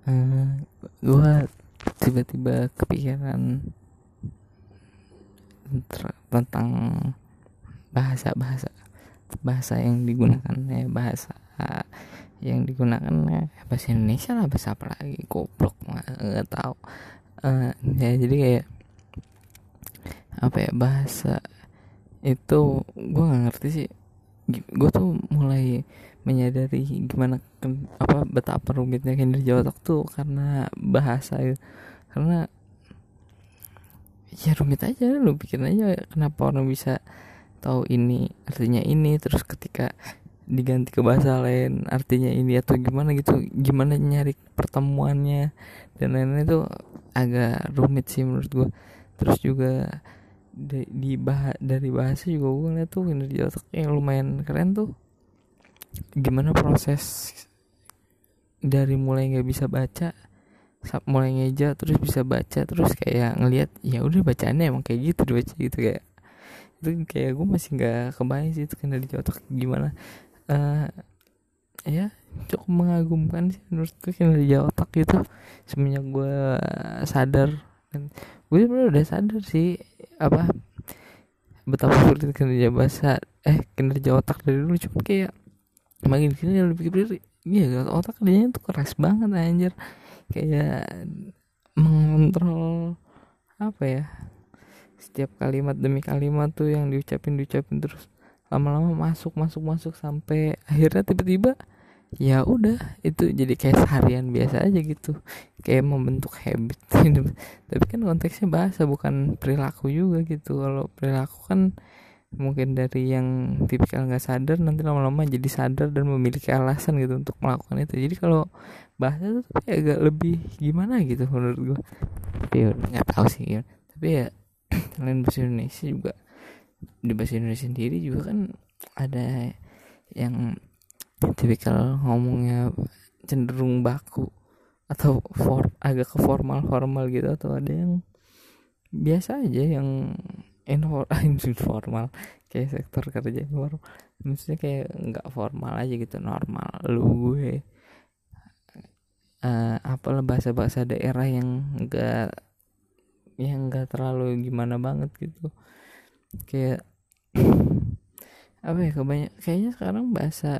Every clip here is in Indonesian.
Eh, gue tiba-tiba kepikiran tentang bahasa bahasa yang digunakan, bahasa yang digunakan, bahasa Indonesia lah, bahasa apa lagi, goblok, nggak tahu. Ya jadi kayak apa ya, bahasa itu gue nggak ngerti sih. Gue tuh mulai menyadari gimana betapa rumitnya kinerja otak tuh karena bahasa gitu. Karena ya rumit aja, lu pikir aja kenapa orang bisa tahu ini artinya ini, terus ketika diganti ke bahasa lain artinya ini atau gimana gitu, gimana nyari pertemuannya dan lain-lain itu agak rumit sih menurut gue. Terus juga dari bahasa juga gue ngeliat tuh kinerja otak yang lumayan keren tuh, gimana proses dari mulai nggak bisa baca, mulai ngeja terus bisa baca, terus kayak ngelihat ya udah bacaannya emang kayak gitu dibaca gitu. Kayak itu kayak gue masih nggak kebayang sih itu kinerja otak gimana. uh, Ya cukup mengagumkan sih menurut gue kinerja otak itu semenjak gue sadar. Dan gue sebenarnya udah sadar sih apa betapa sulit kinerja otak dari dulu, cuma kayak makin sini lebih pikir, iya otak kerjanya tuh keras banget anjir. Kayak mengontrol apa ya, setiap kalimat demi kalimat tuh yang diucapin terus lama-lama masuk sampai akhirnya tiba-tiba ya udah itu jadi kayak seharian biasa aja gitu, kayak membentuk habit. Tapi kan konteksnya bahasa bukan perilaku juga gitu. Kalau perilaku kan mungkin dari yang tipikal nggak sadar nanti lama-lama jadi sadar dan memiliki alasan gitu untuk melakukan itu. Jadi kalau bahasa tuh tapi agak lebih gimana gitu menurut gue. Tapi ya nggak tahu sih ya. Tapi ya selain bahasa Indonesia juga, di bahasa Indonesia sendiri juga kan ada yang tipikal ngomongnya cenderung baku atau agak ke formal gitu, atau ada yang biasa aja yang informal kayak sektor kerja informal, maksudnya kayak nggak formal aja gitu, normal lu gue, apalah bahasa daerah yang nggak terlalu gimana banget gitu. Kayak apa ya, kayaknya sekarang bahasa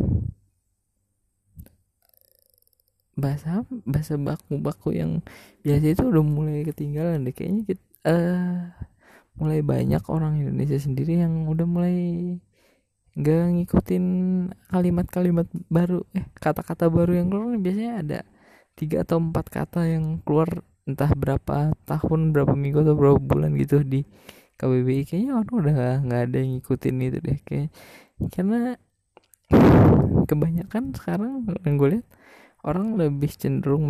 bahasa bahasa baku-baku yang biasa itu udah mulai ketinggalan deh kayaknya. Mulai banyak orang Indonesia sendiri yang udah mulai nggak ngikutin kalimat-kalimat baru, kata-kata baru yang keluar. Biasanya ada 3 atau 4 kata yang keluar entah berapa tahun, berapa minggu atau berapa bulan gitu di KBBI. Kayaknya orang udah nggak ada yang ngikutin itu deh kayak, karena kebanyakan sekarang yang gue lihat orang lebih cenderung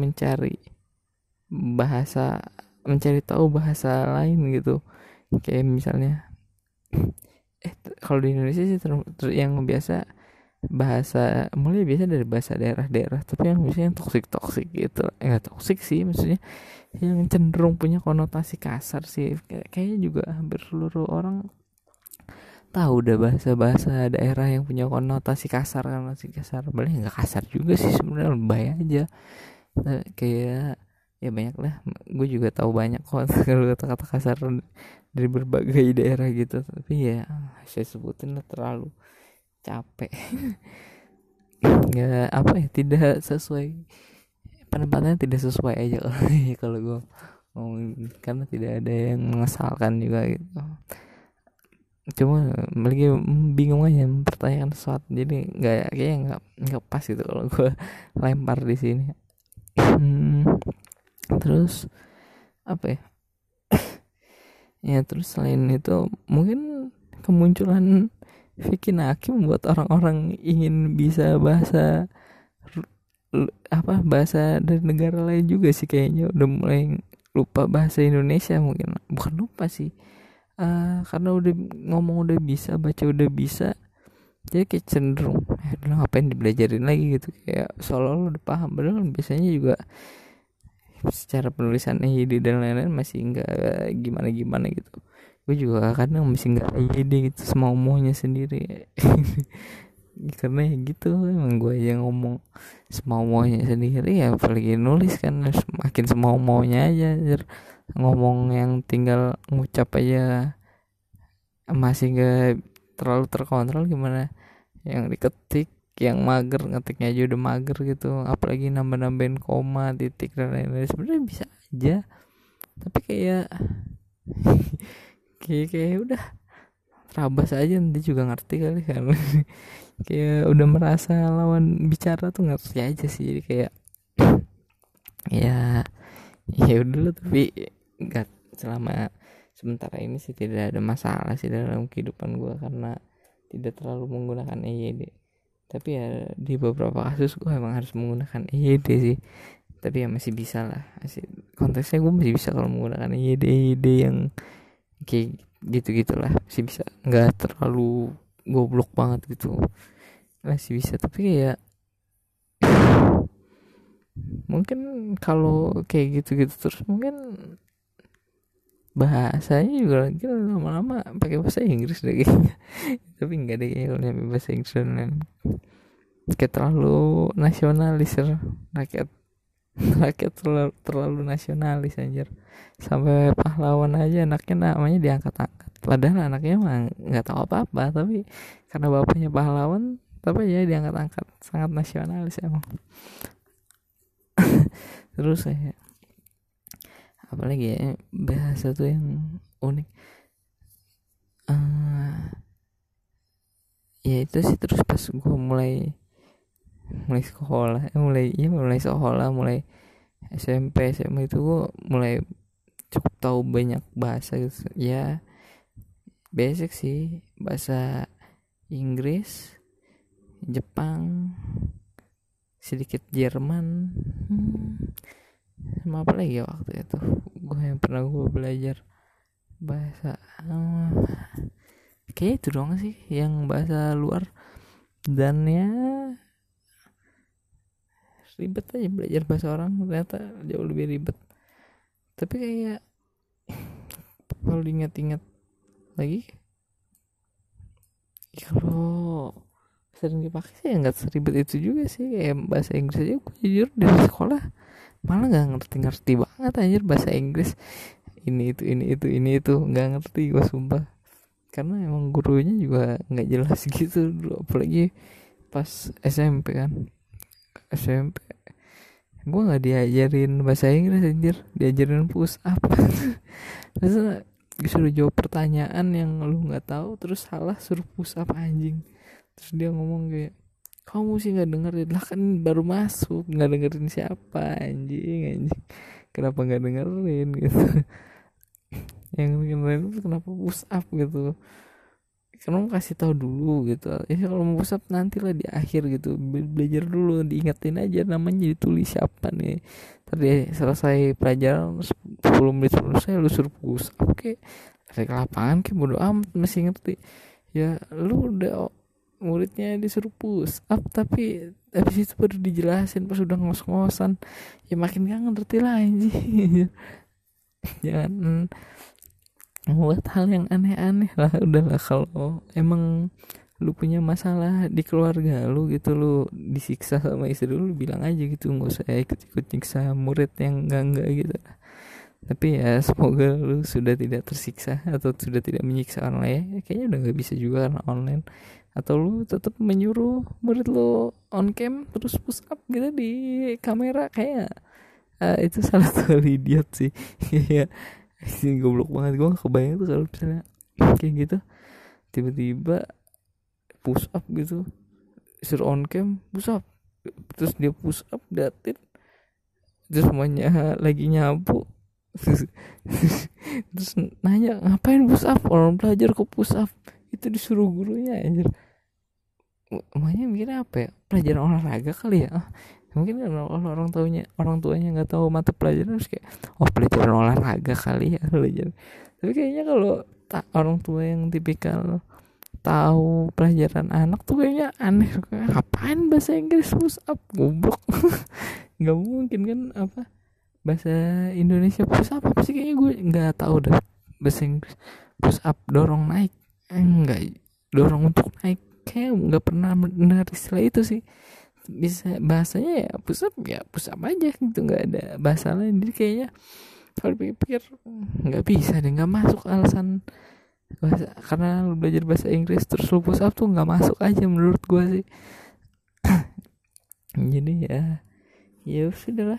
bahasa mencari tahu bahasa lain gitu. Kayak misalnya kalau di Indonesia sih yang biasa bahasa mulai biasa dari bahasa daerah-daerah, tapi yang biasanya yang toksik gitu, nggak toksik sih, maksudnya yang cenderung punya konotasi kasar sih. Kayaknya juga hampir seluruh orang tahu udah bahasa-bahasa daerah yang punya konotasi kasar, kan masih kasar, boleh nggak kasar juga sih sebenarnya, lebay aja. Nah, kayak ya banyak lah, gue juga tahu banyak kok kalau kata-kata kasar dari berbagai daerah gitu, tapi ya saya sebutin lah terlalu capek. Nggak apa ya, tidak sesuai penempatannya, tidak sesuai aja kalau gue ngomong, karena tidak ada yang mengesalkan juga gitu. Cuma lagi bingung aja mempertanyakan sesuatu, jadi nggak pas gitu kalau gue lempar di sini. Terus apa ya, ya terus selain itu mungkin kemunculan Vicky Naki membuat orang-orang ingin bisa bahasa dari negara lain juga sih. Kayaknya udah mulai lupa bahasa Indonesia, mungkin bukan lupa sih, karena udah ngomong udah bisa, baca udah bisa, jadi kayak cenderung udah ngapain dibelajarin lagi gitu, kayak seolah-olah udah paham. Padahal biasanya juga secara penulisan EYD dan lain-lain masih nggak gimana gitu. Gue juga kadang masih nggak EYD gitu, semau maunya sendiri. karena ya gitu, emang gue yang ngomong semau maunya sendiri ya, apalagi nulis kan makin semau maunya aja anjir. Ngomong yang tinggal ngucap aja masih gak terlalu terkontrol, gimana yang diketik, yang mager ngetiknya aja udah mager gitu, apalagi nambah-nambahin koma, titik dan lain-lain. Sebenarnya bisa aja, tapi kayak kayak udah terabas aja, nanti juga ngerti kali kan. Kayak udah merasa lawan bicara tuh ngerti aja sih, jadi kayak ya ya udah lah. Tapi nggak, selama sementara ini sih tidak ada masalah sih dalam kehidupan gue karena tidak terlalu menggunakan EYD. Tapi ya di beberapa kasus gue emang harus menggunakan EYD sih, tapi ya masih bisa lah, masih konteksnya gue masih bisa kalau menggunakan EYD yang kayak gitu gitulah, masih bisa, nggak terlalu goblok banget gitu, masih bisa. Tapi kayak mungkin kalau kayak gitu-gitu terus mungkin bahasanya juga lagi lama-lama pakai bahasa Inggris deh kayaknya. Tapi enggak deh, kayak kalau nyampe bahasa Inggris dan kayak terlalu nasionalis rakyat. Rakyat terlalu nasionalis anjir, sampai pahlawan aja anaknya namanya diangkat-angkat, padahal anaknya mah nggak tahu apa-apa, tapi karena bapaknya pahlawan tapi ya diangkat-angkat, sangat nasionalis emang. Terus saya apalagi ya bahasa tuh yang unik, ya itu sih. Terus pas gue mulai sekolah, mulai sekolah, mulai SMP SMA itu gue mulai cukup tahu banyak bahasa gitu ya. Basic sih, bahasa Inggris, Jepang, sedikit Jerman, sama apa lagi ya waktu itu gue yang pernah gue belajar bahasa, kayak itu doang sih yang bahasa luar. Dan ya ribet aja belajar bahasa orang, ternyata jauh lebih ribet. Tapi kayak kalau diingat-ingat lagi, kalau sering dipakai sih ya nggak seribet itu juga sih. Kayak bahasa Inggris aja gue jujur di sekolah malah nggak ngerti banget anjir bahasa Inggris, ini itu nggak ngerti gue sumpah, karena emang gurunya juga nggak jelas gitu dulu. Apalagi pas SMP kan, SMP gue nggak diajarin bahasa Inggris anjir, diajarin push up. Masa disuruh jawab pertanyaan yang lu nggak tahu terus salah suruh push up anjing. Terus dia ngomong kayak, kamu sih nggak dengerin lah, kan baru masuk, nggak dengerin siapa anjing, kenapa nggak dengerin gitu. Yang dengerin itu kenapa push up gitu, karena mau kasih tahu dulu gitu ya. Kalau mau push up nanti lah di akhir gitu, belajar dulu, diingetin aja namanya, ditulis siapa nih. Tadi selesai pelajaran 10 menit sebelum saya lu suruh push up, kayak dari lapangan kayak bodo amat masih ngerti ya. Lu udah muridnya disuruh push up, tapi habis itu baru dijelasin pas udah ngos-ngosan, ya makin gak ngerti lah anjing. Jangan buat hal yang aneh-aneh lah, udahlah. Kalau emang lu punya masalah di keluarga lu gitu, lu disiksa sama istri lu bilang aja gitu, nggak usah ikut-ikut nyiksa murid yang enggak gitu. Tapi ya semoga lu sudah tidak tersiksa atau sudah tidak menyiksa orang lain. Kayaknya udah nggak bisa juga karena online. Atau lu tetap menyuruh murid lu on cam terus push up gitu di kamera, kayak itu salah satu idiot sih. Ya ini goblok banget, gue gak kebayang tuh kalau misalnya kayak gitu tiba-tiba push up gitu, suruh on cam push up, terus dia push up datin, terus semuanya lagi nyapu. Terus nanya ngapain push up, orang belajar kok push up, itu disuruh gurunya anjir. Makanya mikirnya apa ya, pelajaran olahraga kali ya. Mungkin kalau orang tuanya nggak tahu mata pelajaran, terus kayak pelajaran olahraga kali ya belajar. Tapi kayaknya kalau orang tua yang tipikal tahu pelajaran anak tuh kayaknya aneh, ngapain bahasa Inggris push up, goblok. Nggak mungkin kan, apa bahasa Indonesia push up apa sih, kayaknya gue nggak tahu dah bahasa Inggris. Push up dorong naik, enggak, dorong untuk naik, kayak nggak pernah mendengar istilah itu sih. Bisa bahasanya ya push up aja gitu, nggak ada bahasa lain. Jadi kayaknya kalau pikir nggak bisa deh, nggak masuk alasan bahasa, karena lu belajar bahasa Inggris terus lu push up tuh nggak masuk aja menurut gue sih. Jadi ya sudah lah.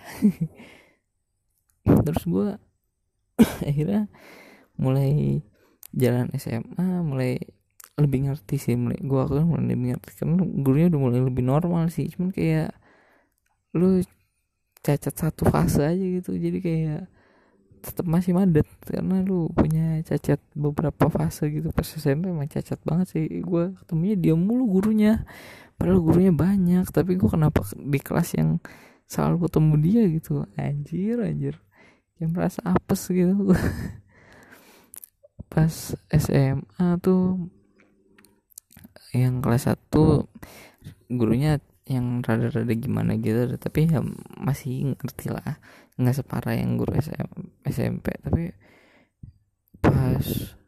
Terus gue akhirnya mulai jalan SMA mulai lebih ngerti sih, gue kan mulai lebih ngerti karena gurunya udah mulai lebih normal sih. Cuman kayak lu cacat satu fase aja gitu, jadi kayak tetap masih madet karena lu punya cacat beberapa fase gitu. Pas SMP emang cacat banget sih gue, ketemunya dia mulu gurunya, padahal gurunya banyak, tapi gue kenapa di kelas yang selalu ketemu dia gitu, anjir yang merasa apes gitu. Pas SMA tuh yang kelas 1 gurunya yang rada-rada gimana gitu, tapi ya masih ngerti lah, nggak separah yang guru SMP. Tapi pas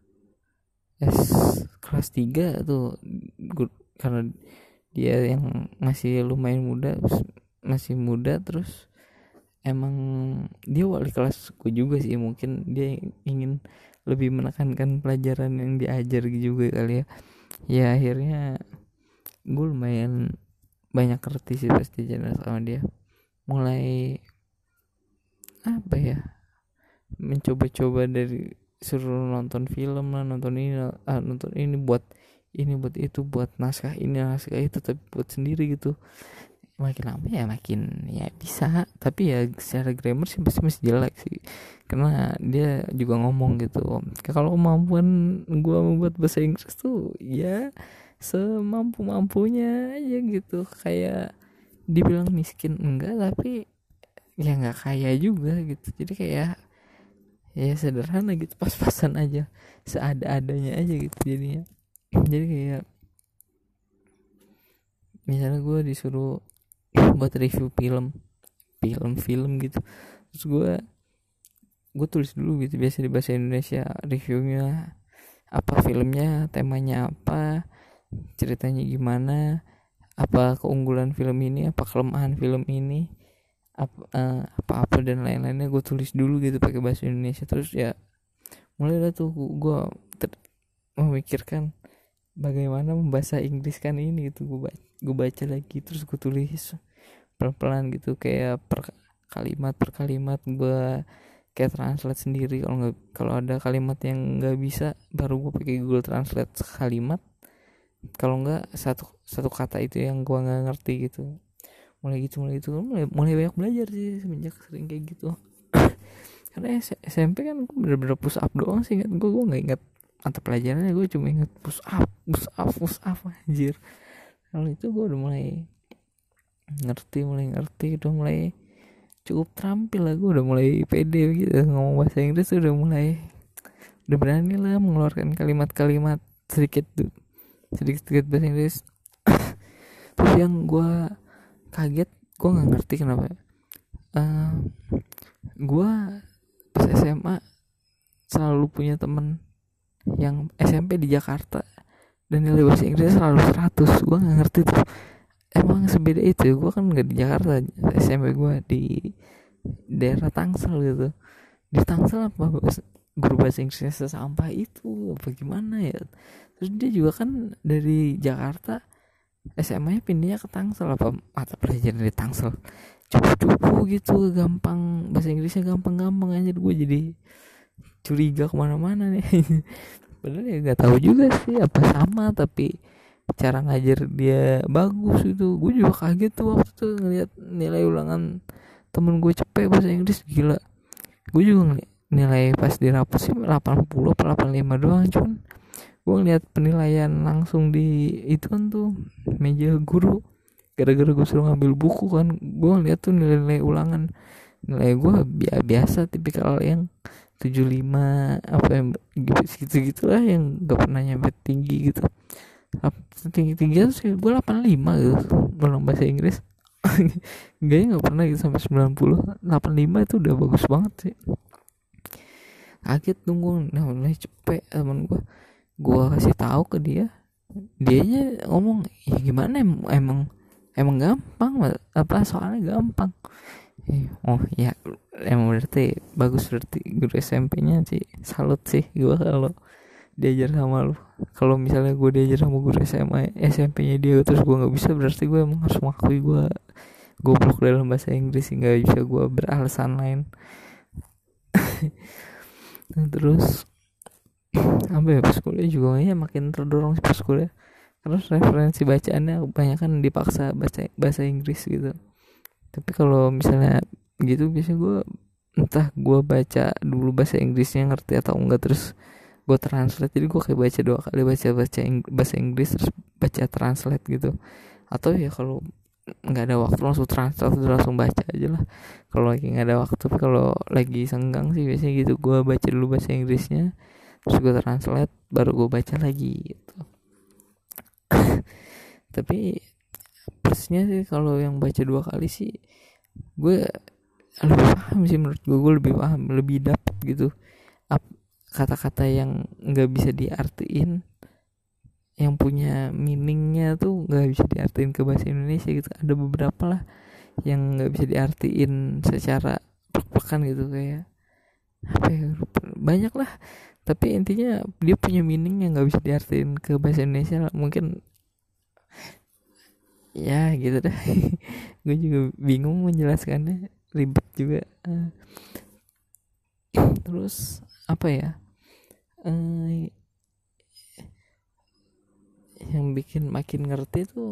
kelas 3 tuh karena dia yang masih lumayan masih muda, terus emang dia wali kelas gue juga sih, mungkin dia ingin lebih menekankan pelajaran yang diajar juga kali ya. Ya akhirnya gue lumayan banyak ngerti sih pasti jalan sama dia. Mulai apa ya, mencoba-coba dari suruh nonton film lah, nonton ini buat itu, buat naskah ini naskah itu, tapi buat sendiri gitu. Makin lama ya makin ya bisa, tapi ya secara grammar sih pasti masih jelek sih, karena dia juga ngomong gitu, kalau kemampuan gue membuat bahasa Inggris tuh ya semampu-mampunya aja gitu. Kayak dibilang miskin enggak, tapi ya nggak kaya juga gitu. Jadi kayak ya sederhana gitu, pas-pasan aja, seada-adanya aja gitu jadinya. Jadi kayak misalnya gue disuruh buat review film gitu, terus gue tulis dulu gitu biasa di bahasa Indonesia, reviewnya apa, filmnya temanya apa, ceritanya gimana, apa keunggulan film ini, apa kelemahan film ini, apa dan lain-lainnya gue tulis dulu gitu pakai bahasa Indonesia. Terus ya mulai tuh gue memikirkan bagaimana membahasa Inggris kan ini gitu. Gue baca lagi, terus gue tulis pelan-pelan gitu, kayak per kalimat gue kayak translate sendiri. Kalau ada kalimat yang nggak bisa, baru gue pakai Google Translate kalimat. Kalau nggak satu kata itu yang gue nggak ngerti gitu. Mulai banyak belajar sih semenjak sering kayak gitu. Karena SMP kan gue bener-bener push up doang sih, ingat gue nggak ingat mata pelajarannya, gue cuma ingat push up anjir. Kalau itu gue udah mulai ngerti, udah mulai cukup terampil lah, gue udah mulai pede gitu ngomong bahasa Inggris, udah berani lah mengeluarkan kalimat-kalimat sedikit bahasa Inggris. Terus yang gue kaget, gue nggak ngerti kenapa gue pas SMA selalu punya temen yang SMP di Jakarta dan nilai bahasa Inggris selalu 100. Gue nggak ngerti tuh, emang sebeda itu. Gue kan nggak di Jakarta, SMP gue di daerah Tangsel gitu. Di Tangsel apa guru bahasa Inggrisnya sesampah itu apa gimana ya. Terus dia juga kan dari Jakarta, SMA nya pindahnya ke Tangsel, apa mata pelajaran di Tangsel cupu-cupu gitu, gampang bahasa Inggrisnya, gampang aja. Gue jadi curiga kemana-mana nih. Padahal ya gak tahu juga sih apa sama, tapi cara ngajar dia bagus gitu. Gue juga kaget tuh waktu tuh ngeliat nilai ulangan temen gue cepet bahasa Inggris, gila. Gue juga nilai pas dirapot sih 80 atau 85 doang. Cuman gue ngeliat penilaian langsung di itu kan tuh meja guru, gara-gara gue suruh ngambil buku kan, gue ngeliat tuh nilai ulangan. Nilai gue biasa, tipikal yang 75 apa yang gitu lah, yang gak pernah nyampe tinggi gitu. Tinggi tuh sih gue 85 gitu dalam bahasa Inggris. Gak pernah gitu sampai 90. 85 itu udah bagus banget sih. Kaget tunggu, nah mulai cepet temen gue kasih tahu ke dia dianya ngomong ya gimana, emang gampang, apa soalnya gampang. Oh ya, emang berarti bagus, berarti guru SMP-nya sih, salut sih gue kalau diajar sama lu. Kalau misalnya gue diajar sama guru SMA SMP-nya dia terus gue nggak bisa, berarti gue emang harus mengakui gue goblok dalam bahasa Inggris, nggak bisa gue beralasan lain. Nah, terus apa ya, pas kuliah juga ya makin terdorong sih pas kuliah, terus referensi bacaannya kebanyakan dipaksa baca bahasa Inggris gitu. Tapi kalau misalnya gitu biasanya gue, entah gue baca dulu bahasa Inggrisnya ngerti atau enggak, terus gue translate, jadi gue kayak baca 2 kali, bahasa Inggris terus baca translate gitu. Atau ya kalau nggak ada waktu langsung translate, langsung baca aja lah kalau lagi nggak ada waktu. Tapi kalau lagi senggang sih biasanya gitu, gue baca dulu bahasa Inggrisnya terus gue translate baru gue baca lagi gitu. Tapi plusnya sih kalau yang baca 2 kali sih, gue lebih paham sih, menurut gue lebih paham, lebih dapet gitu kata-kata yang nggak bisa diartiin, yang punya meaningnya tuh nggak bisa diartiin ke bahasa Indonesia gitu. Ada beberapa lah yang nggak bisa diartiin secara plek-plekan gitu, kayak apa ya, banyak lah. Tapi intinya dia punya meaning yang nggak bisa diartiin ke bahasa Indonesia lah. Mungkin ya gitu dah. Gue juga bingung menjelaskannya, ribet juga. Terus apa ya, yang bikin makin ngerti tuh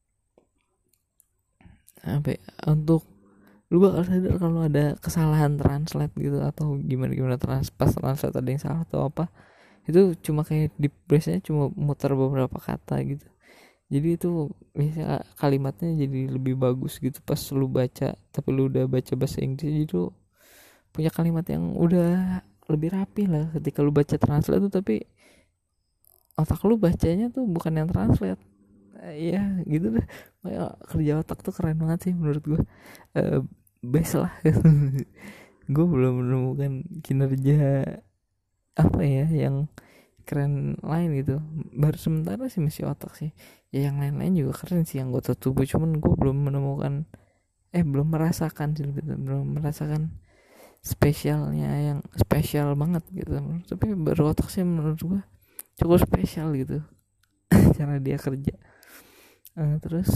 apa ya, untuk lu bakal sadar kalau ada kesalahan translate gitu atau gimana pas translate ada yang salah atau apa, itu cuma kayak di biasanya cuma muter beberapa kata gitu. Jadi itu biasanya kalimatnya jadi lebih bagus gitu pas lu baca, tapi lu udah baca bahasa Inggris, jadi tuh punya kalimat yang udah lebih rapi lah ketika lu baca translate tuh. Tapi otak lu bacanya tuh bukan yang translate. Ya gitu deh. Kerja otak tuh keren banget sih menurut gue. Best lah. Gue belum menemukan kinerja apa ya yang keren lain gitu. Baru sementara sih masih otak sih. Ya yang lain-lain juga keren sih, anggota tubuh, cuman gue belum menemukan, belum merasakan sih gitu. Belum merasakan spesialnya yang spesial banget gitu. Tapi baru otak sih menurut gue cukup spesial gitu. Cara dia kerja. Terus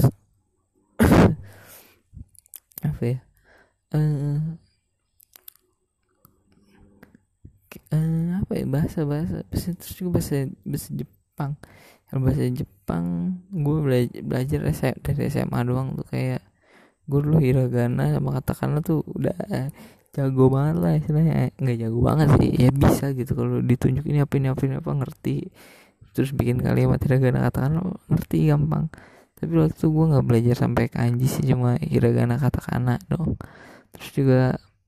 apa ya, apa ya, bahasa terus juga bahasa Jepang. Kalau bahasa Jepang gue belajar dari SMA doang tuh. Kayak gue dulu hiragana sama katakana tuh udah jago banget lah istilahnya. Nggak jago banget sih ya, bisa gitu kalau ditunjuk ini apa ngerti. Terus bikin kalimat hiragana katakana ngerti gampang. Tapi waktu itu gue nggak belajar sampai kanji sih, cuma hiragana katakana dong. Terus juga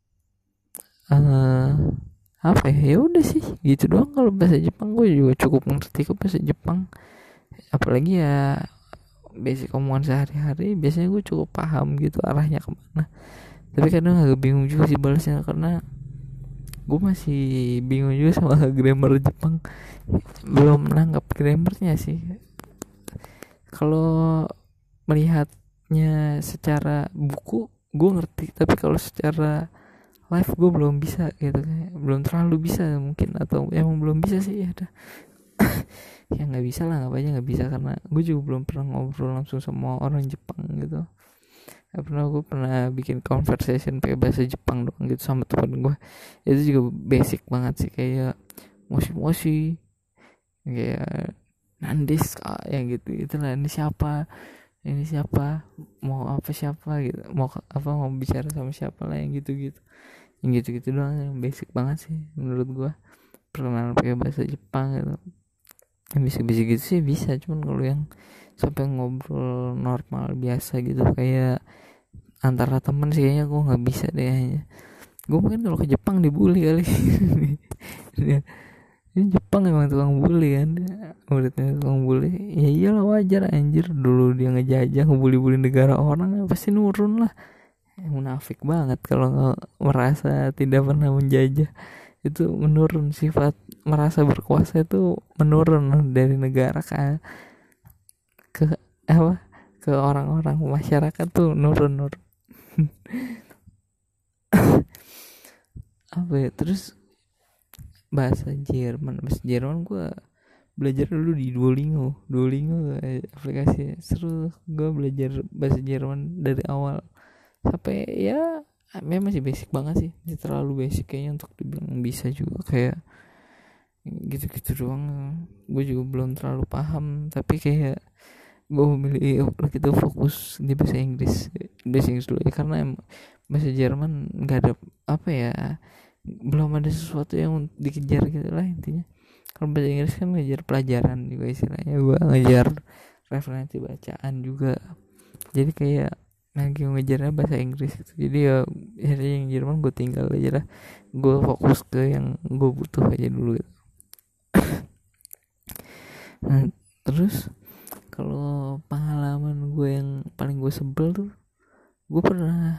apa ya udah sih gitu doang. Kalau bahasa Jepang gue juga cukup ngerti kok bahasa Jepang, apalagi ya basic omongan sehari-hari biasanya gue cukup paham gitu arahnya kemana. Tapi kadang agak bingung juga sih balasnya, karena gue masih bingung juga sama grammar Jepang, belum menangkap grammarnya sih. Kalau melihatnya secara buku gue ngerti, tapi kalau secara live gue belum bisa gitu, kayak belum terlalu bisa mungkin, atau emang belum bisa sih ya udah. Ya nggak bisa lah, nggak aja nggak bisa, karena gue juga belum pernah ngobrol langsung sama orang Jepang gitu. Gak pernah, gue pernah bikin conversation pakai bahasa Jepang doang gitu sama temen gue. Itu juga basic banget sih, kayak moshi kayak nandis yang gitu itulah, ini siapa mau apa siapa gitu, mau bicara sama siapa lah, yang gitu doang, yang basic banget sih menurut gue. Perkenalan pakai bahasa Jepang gitu, yang bisa gitu sih bisa. Cuman kalau yang sampai ngobrol normal biasa gitu kayak antara temen sih kayaknya gue nggak bisa deh kayaknya. Gue mungkin kalau ke Jepang dibully kali. Ini Jepang emang tukang bully kan, muridnya tukang bully. Ya iyalah, wajar anjir, dulu dia ngejajah ngebully-bully negara orang ya pasti nurun lah. Munafik banget kalau merasa tidak pernah menjajah, itu menurun. Sifat merasa berkuasa itu menurun dari negara kan. ke apa ke orang-orang masyarakat tuh nurun apa ya. Terus bahasa Jerman gue belajar dulu di Duolingo aplikasi seru. Gue belajar bahasa Jerman dari awal sampai ya memang masih basic banget sih, masih terlalu basic kayaknya untuk dibilang bisa juga, kayak gitu-gitu doang. Gue juga belum terlalu paham, tapi kayak gue memilih gitu fokus di bahasa Inggris dulu ya, karena emang bahasa Jerman nggak ada apa ya, belum ada sesuatu yang dikejar gitu lah intinya. Kalau bahasa Inggris kan ngejar pelajaran juga istilahnya, gue ngejar referensi bacaan juga, jadi kayak lagi ngejarnya bahasa Inggris gitu. Jadi ya yang Jerman gue tinggal aja lah, gue fokus ke yang gue butuh aja dulu gitu. Nah, terus kalau pengalaman gue yang paling gue sebel tuh, gue pernah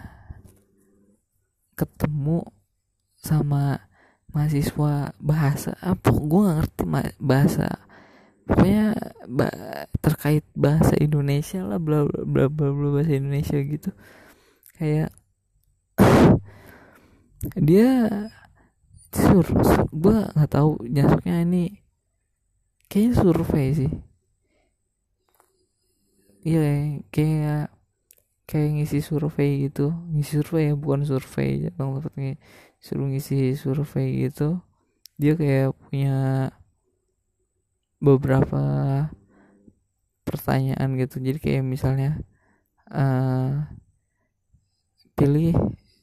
ketemu sama mahasiswa bahasa apa, gue nggak ngerti bahasa, pokoknya terkait bahasa Indonesia lah, bla bla bla bla bahasa Indonesia gitu. Kayak dia gue nggak tahu nyasuknya ini kayaknya survei sih. Iya, kayak ngisi survei gitu, ngisi survei ya, bukan survei bang, tepatnya suruh ngisi survei gitu. Dia kayak punya beberapa pertanyaan gitu, jadi kayak misalnya pilih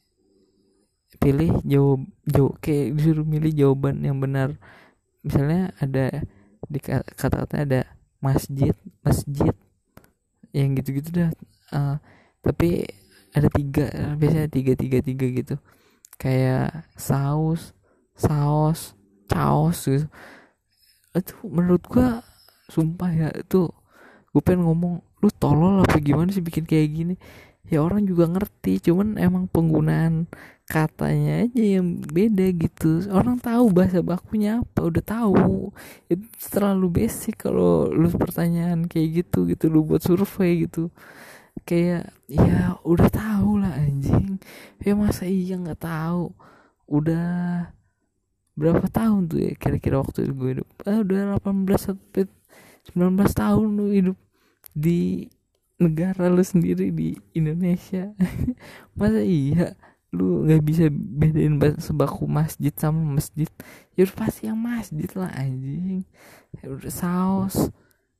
jawab kayak disuruh milih jawaban yang benar. Misalnya ada di kata-kata ada masjid yang gitu-gitu dah. Tapi ada biasanya tiga gitu, kayak saus, caos gitu. Itu menurut gua sumpah ya, itu gue pengen ngomong, lu tolol apa gimana sih bikin kayak gini. Ya orang juga ngerti, cuman emang penggunaan katanya aja yang beda gitu. Orang tahu bahasa bakunya apa, udah tahu. Itu terlalu basic kalau lu pertanyaan kayak gitu lu buat survei gitu. Kayak ya udah tahu lah anjing. Ya masa iya nggak tahu. Udah berapa tahun tuh ya kira-kira waktu gue hidup? Udah 18 sampai 19 tahun lu hidup di negara lu sendiri di Indonesia. Masa iya lu nggak bisa bedain sebaku masjid sama masjid? Ya udah pasti yang masjid lah anjing. Ya udah saus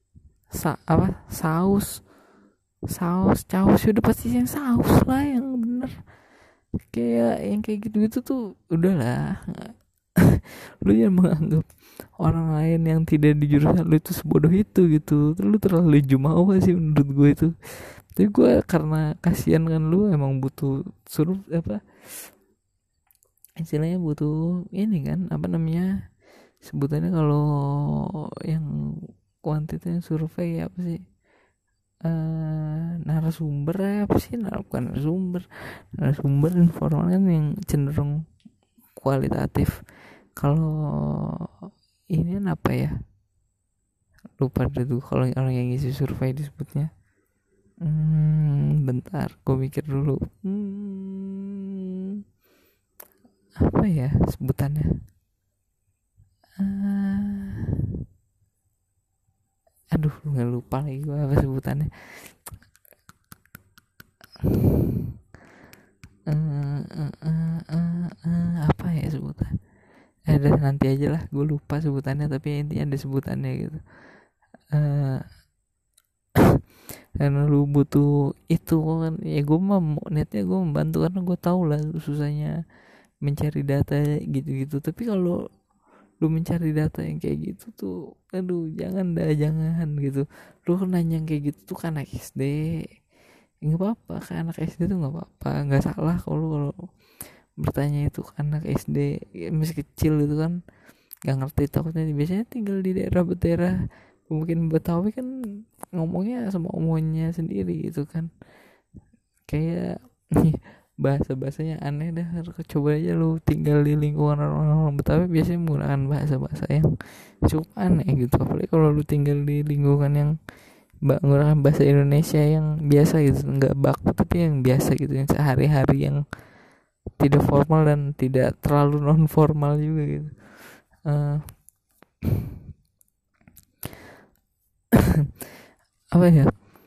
caos, ya udah pasti yang saus lah yang bener. Kayak yang kayak gitu-gitu tuh udahlah. Lu yang menganggap orang lain yang tidak di jurusan lu itu sebodoh itu gitu, lu terlalu jumawa sih menurut gue itu. Tapi gue karena kasihan kan, lu emang butuh suruh apa istilahnya, butuh ini kan, apa namanya sebutannya kalau yang kuantitas survei apa sih, narasumber apa sih, bukan narasumber informal kan yang cenderung kualitatif. Kalau ini kan apa ya, lupa deh kalau orang yang ngisi survei disebutnya. Bentar gue mikir dulu. Apa ya sebutannya, aduh nggak lupa lagi gue apa sebutannya. Apa ya sebutan, ada nanti aja lah, gue lupa sebutannya, tapi intinya ada sebutannya gitu. Karena lu butuh itu kan, ya gue mah niatnya gue membantu karena gue tahu lah susahnya mencari data gitu. Tapi kalau lu mencari data yang kayak gitu tuh, aduh jangan gitu. Lu nanya yang kayak gitu tuh kan anak SD, nggak apa-apa kan, anak SD tuh nggak apa-apa, nggak salah kalau bertanya itu kan anak SD ya, masih kecil gitu kan, nggak ngerti takutnya. Biasanya tinggal di daerah mungkin Betawi kan ngomongnya sama omongannya sendiri gitu kan, kayak bahasanya aneh dah. Coba aja lu tinggal di lingkungan orang-orang Betawi, biasanya menggunakan bahasa yang cukup aneh gitu. Apalagi kalau lu tinggal di lingkungan yang menggunakan bahasa Indonesia yang biasa gitu, nggak baku tapi yang biasa gitu, yang sehari-hari, yang tidak formal dan tidak terlalu non formal juga gitu. Eh, apa ya,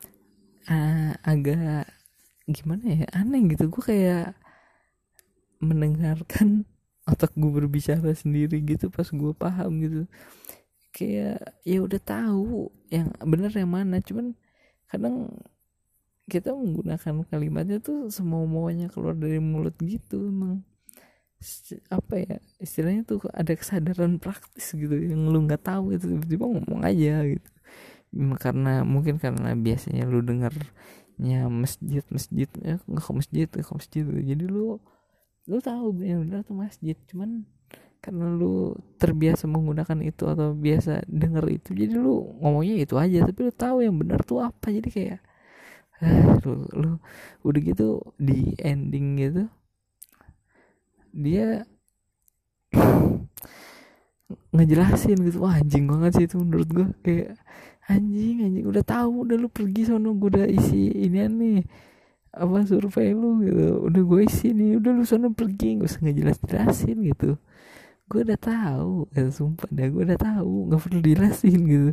agak gimana ya, aneh gitu, gue kayak mendengarkan otak gue berbicara sendiri gitu pas gue paham gitu. Kayak ya udah tahu yang benar yang mana, cuman kadang kita menggunakan kalimatnya tuh semau maunya keluar dari mulut gitu. Emang apa ya istilahnya tuh, ada kesadaran praktis gitu yang lu nggak tahu gitu, tiba-tiba ngomong aja gitu. Mungkin karena biasanya lu dengarnya masjid ya, nggak ke masjid gitu. Jadi lu tahu yang benar tuh masjid, cuman karena lu terbiasa menggunakan itu atau biasa denger itu, jadi lu ngomongnya itu aja, tapi lu tahu yang benar tuh apa. Jadi kayak lu udah gitu di ending gitu dia ngejelasin gitu. Wah, anjing banget sih itu menurut gue. Kayak anjing udah tahu, udah lu pergi sono, gue udah isi inian nih apa survei lu gitu, udah gue isi nih, udah lu sono pergi, gak usah ngejelasin gitu. Gue udah tahu ya, sumpah dah, gue udah tahu, nggak perlu dijelasin gitu.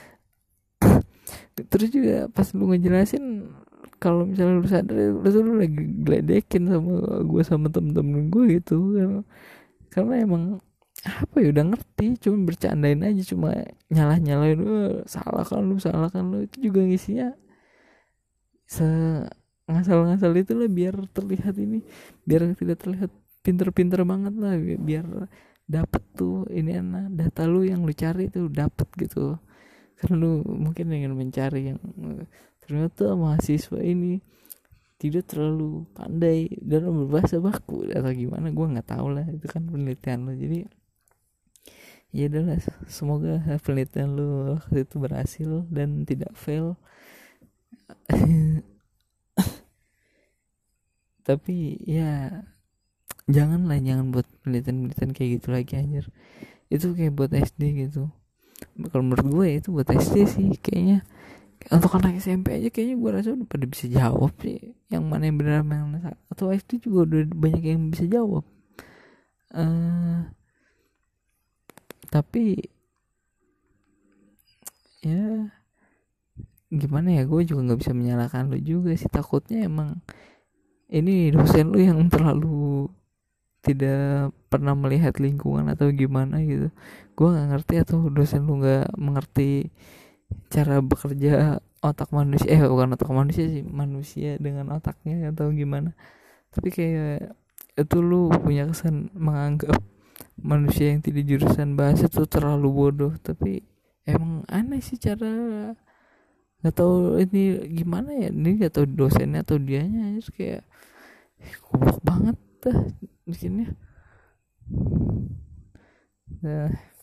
Terus juga pas lu ngejelasin, kalau misalnya lu sadar lu lagi geledekin sama gue sama temen-temen gue gitu, karena emang apa ya, udah ngerti, cuma bercandain aja, cuma nyalah-nyalain, salah kan lu, itu juga ngisinya ngasal-ngasal itu lah, biar terlihat ini, biar tidak terlihat pinter-pinter banget lah, biar dapet tuh ini enak, data lu yang lu cari tuh dapet gitu. Karena lu mungkin ingin mencari yang ternyata mahasiswa ini tidak terlalu pandai dalam berbahasa baku atau gimana, gue nggak tahu lah, itu kan penelitian lo. Jadi ya adalah, semoga penelitian lo waktu itu berhasil dan tidak fail. Tapi ya jangan buat penelitian kayak gitu lagi anjir. Itu kayak buat SD gitu. Kalau menurut gue itu buat SD sih kayaknya. Untuk anak SMP aja kayaknya gue rasa udah pada bisa jawab sih, yang mana yang benar yang salah. Atau SD juga udah banyak yang bisa jawab. Tapi ya gimana ya, gue juga nggak bisa menyalahkan lu juga sih. Takutnya emang ini dosen lu yang terlalu tidak pernah melihat lingkungan atau gimana gitu. Gue nggak ngerti, atau dosen lu nggak mengerti cara bekerja otak manusia, bukan otak manusia sih, manusia dengan otaknya atau gimana. Tapi kayak itu lu punya kesan menganggap manusia yang tidak jurusan bahasa itu terlalu bodoh. Tapi emang aneh sih cara, nggak tahu ini gimana ya, ini nggak tahu dosennya atau dianya, terus kayak goblok banget dah bikinnya. Nah,